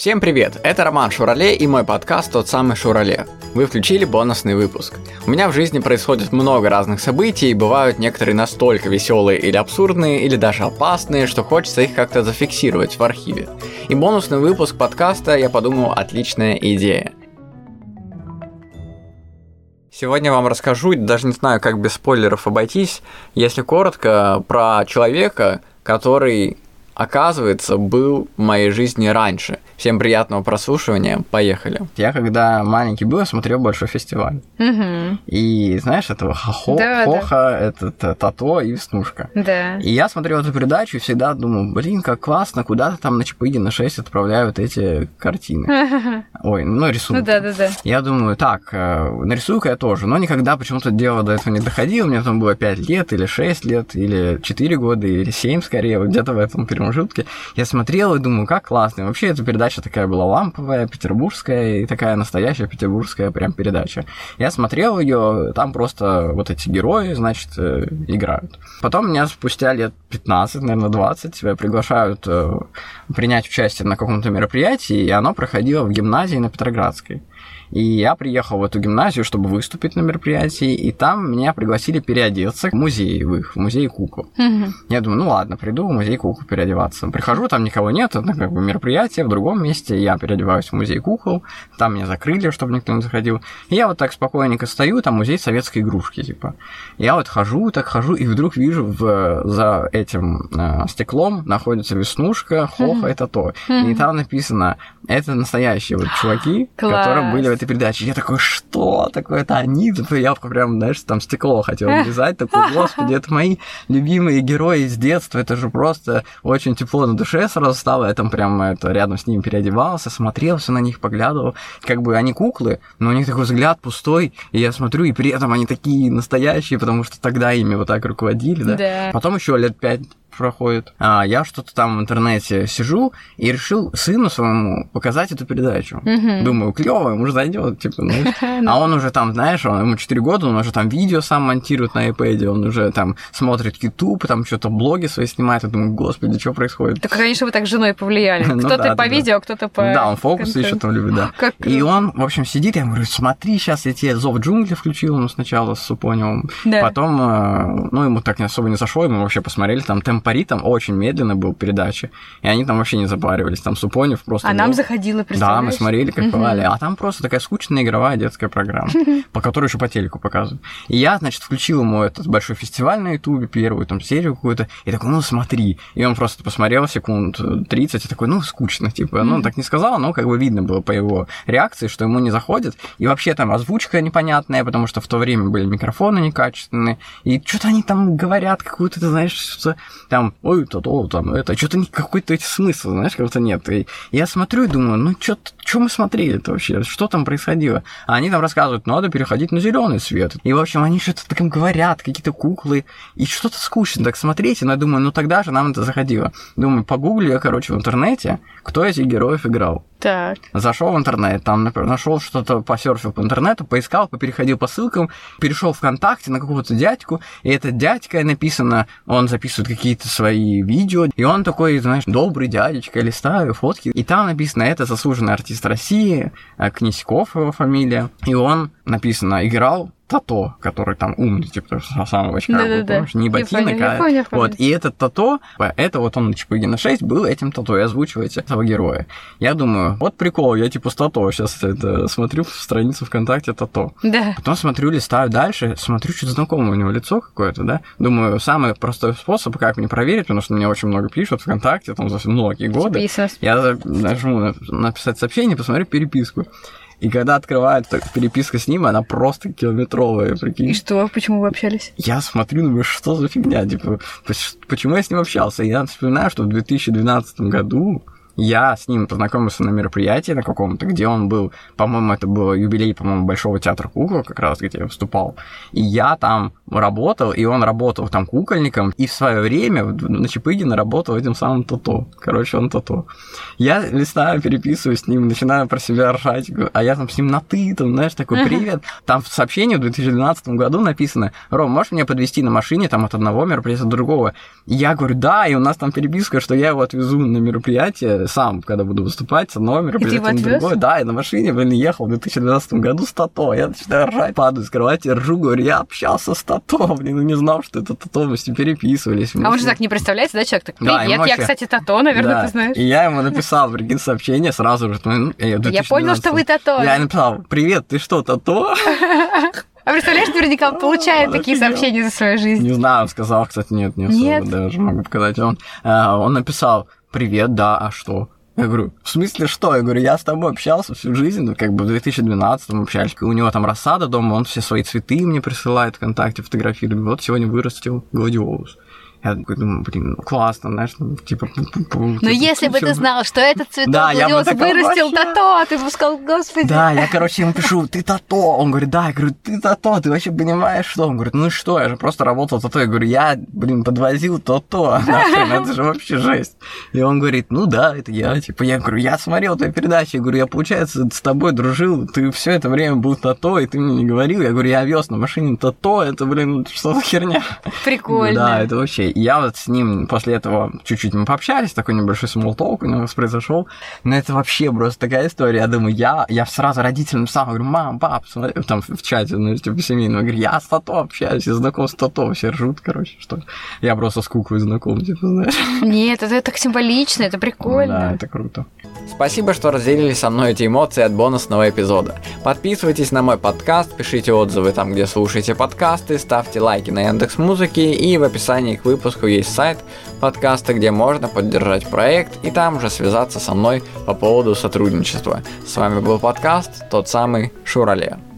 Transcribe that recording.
Всем привет, это Роман Шурале и мой подкаст «Тот самый Шурале». Вы включили бонусный выпуск. У меня в жизни происходит много разных событий, и бывают некоторые настолько веселые или абсурдные, или даже опасные, что хочется их как-то зафиксировать в архиве. И бонусный выпуск подкаста, я подумал, отличная идея. Сегодня я вам расскажу, даже не знаю, как без спойлеров обойтись, если коротко, про человека, который, оказывается, был в моей жизни раньше. Всем приятного прослушивания, поехали. Я когда маленький был, я смотрел большой фестиваль. Угу. И знаешь, этого Хоха, это Тото и Веснушка. Да. И я смотрел эту передачу и всегда думал, блин, как классно, куда-то там на Чапыгина на 6 отправляют эти картины. Ой, рисунки. Ну да. Я думаю, так, нарисую-ка я тоже. Но никогда почему-то дело до этого не доходило. Мне потом было 5 лет, или 6 лет, или 4 года, или 7 скорее, вот где-то в этом промежутке. Я смотрел и думаю, как классно. И вообще эта передача такая была ламповая, петербургская, и такая настоящая петербургская прям передача. Я смотрел ее, там просто вот эти герои, значит, играют. Потом меня спустя лет 15, наверное, 20 приглашают принять участие на каком-то мероприятии, и оно проходило в гимназии на Петроградской. И я приехал в эту гимназию, чтобы выступить на мероприятии, и там меня пригласили переодеться в музей, в музей кукол. Mm-hmm. Я думаю, ну ладно, приду в музей кукол переодеваться. Прихожу, там никого нет, это как бы мероприятие в другом месте, я переодеваюсь в музей кукол, там меня закрыли, чтобы никто не заходил. И я вот так спокойненько стою, там музей советской игрушки, типа. Я вот хожу, и вдруг вижу за этим стеклом находится Веснушка, Хоха и Тото. Mm-hmm. И там написано, это настоящие вот чуваки, которые были в этой передаче. Я такой, что? Такое это они? Я прям, знаешь, там стекло хотел влезать. Такой, господи, это мои любимые герои с детства. Это же просто очень тепло на душе сразу стало. Я там прям рядом с ними переодевался, смотрел, все на них поглядывал. Как бы они куклы, но у них такой взгляд пустой. И я смотрю, и при этом они такие настоящие, потому что тогда ими вот так руководили, да? Потом еще лет 5 проходит. Я что-то там в интернете сижу и решил сыну своему показать эту передачу. Mm-hmm. Думаю, клёво, ему же зайдет, типа, знаешь. А он уже там, знаешь, ему 4 года, он уже там видео сам монтирует на iPad, он уже там смотрит YouTube, там что-то блоги свои снимает. Я думаю, господи, что происходит? Так, конечно, вы так с женой повлияли. Кто-то по видео, кто-то по... Да, он фокусы еще там любит, да. И он, в общем, сидит, я ему говорю, смотри, сейчас я тебе «Зов джунглей» включил, сначала с Супоневым. Да. Потом, ему так особо не зашло, мы вообще посмотрели, там Темпари, там очень медленно был передача, и они там вообще не запаривались, там Супонев просто... нам заходило, представляешь? Да, мы смотрели, как бывали, а там просто такая скучная игровая детская программа, по которой еще по телеку показывают. И я, значит, включил ему этот большой фестиваль на Ютубе, первую там серию какую-то, и такой, смотри. И он просто посмотрел секунд 30, и такой, скучно, типа. Он так не сказал, но как бы видно было по его реакции, что ему не заходит. И вообще там озвучка непонятная, потому что в то время были микрофоны некачественные, и что-то они там говорят, какую-то, ты знаешь, что там, что-то какой-то смысл, знаешь, как-то нет. И я смотрю и думаю, что мы смотрели-то вообще? Что там происходило? А они там рассказывают, надо переходить на зеленый свет. И, в общем, они что-то таким говорят, какие-то куклы, и что-то скучно так смотреть. И я думаю, тогда же нам это заходило. Думаю, погуглю я, в интернете, кто этих героев играл. Так. Зашел в интернет, там, например, нашел что-то, посерфил по интернету, поискал, переходил по ссылкам, перешел ВКонтакте на какого-то дядьку, и этот дядька написано, он записывает какие-то свои видео, и он такой, знаешь, добрый дядечка, листаю фотки, и там написано, это заслуженный артист России, Князьков его фамилия, и он, написано, играл Тото, который там умный, типа, самого очка, помнишь, не ботинок, вот, и этот Тото, это вот он на Чапыгина 6 был этим Тото, и озвучиваете этого героя. Я думаю, вот прикол, я типа с Тото сейчас смотрю страницу ВКонтакте Тото. Да. Потом смотрю, листаю дальше, смотрю, что-то знакомое у него лицо какое-то, да. Думаю, самый простой способ, как мне проверить, потому что мне очень много пишут ВКонтакте, там, за многие годы. Я нажму написать сообщение, посмотрю переписку. И когда открывает переписка с ним, она просто километровая, прикинь. И что? Почему вы общались? Я смотрю, думаю, что за фигня, типа, почему я с ним общался? И я вспоминаю, что в 2012 году я с ним познакомился на мероприятии на каком-то, где он был, по-моему, это был юбилей, по-моему, Большого театра кукол, как раз, где я выступал. И я там работал, и он работал там кукольником, и в свое время на Чапыгина работал этим самым Тото. Короче, он Тото. Я листаю, переписываюсь с ним, начинаю про себя ржать, а я там с ним на «ты», там, знаешь, такой «привет». Там в сообщении в 2012 году написано: «Ром, можешь меня подвезти на машине там от одного мероприятия до другого?» И я говорю «да», и у нас там переписка, что я его отвезу на мероприятие сам, когда буду выступать, номер, И ты его отвез? другой. Да, я на машине, ехал в 2012 году с Тото. Я начинаю ржать, падаю с кровати, ржу, говорю, я общался с Тото, не знал, что это Тото, мы с ним переписывались. А он же так не представляется, да, человек? Так, Да, привет, я, кстати, Тото, наверное, ты знаешь. И я ему написал, прикинь, сообщение сразу же. Я понял, что вы Тото. Я написал, привет, ты что, Тото? А представляешь, наверняка он получает такие сообщения за свою жизнь. Не знаю, он сказал, кстати, нет, не особо, даже могу показать. Он написал, привет, да, а что? Я говорю, в смысле что? Я говорю, я с тобой общался всю жизнь, в 2012-м общались. У него там рассада дома, он все свои цветы мне присылает ВКонтакте, фотографирует. Вот сегодня вырастил гладиолус. Я такой думаю, классно, знаешь, типа... Но если бы ты знал, что этот цветок гладиолус вырастил Тото, ты бы сказал, господи. Да, я, ему пишу, ты Тото. Он говорит, да, я говорю, ты Тото, ты вообще понимаешь, что? Он говорит, ну что, я же просто работал Тото. Я говорю, я, подвозил Тото. Это же вообще жесть. И он говорит, ну да, это я. Типа, я говорю, я смотрел твои передачи. Я говорю, я, получается, с тобой дружил, ты все это время был Тото, и ты мне не говорил. Я говорю, я вез на машине Тото, это, что за херня? Прикольно. Да, это вообще... Я вот с ним после этого чуть-чуть мы пообщались, такой небольшой смолтолк у нас произошел. Но это вообще просто такая история. Я думаю, я сразу родителям написал, говорю, мам, пап, смотри, там в чате, типа семейного, говорю, я с Тото общаюсь, я знаком с Тото, все ржут, что я просто с куклой знаком, типа, знаешь. Нет, это так символично, это прикольно. Да, это круто. Спасибо, что разделили со мной эти эмоции от бонусного эпизода. Подписывайтесь на мой подкаст, пишите отзывы там, где слушаете подкасты, ставьте лайки на Яндекс.Музыке, и в описании к выпуску есть сайт подкаста, где можно поддержать проект и там же связаться со мной по поводу сотрудничества. С вами был подкаст «Тот самый Шурале».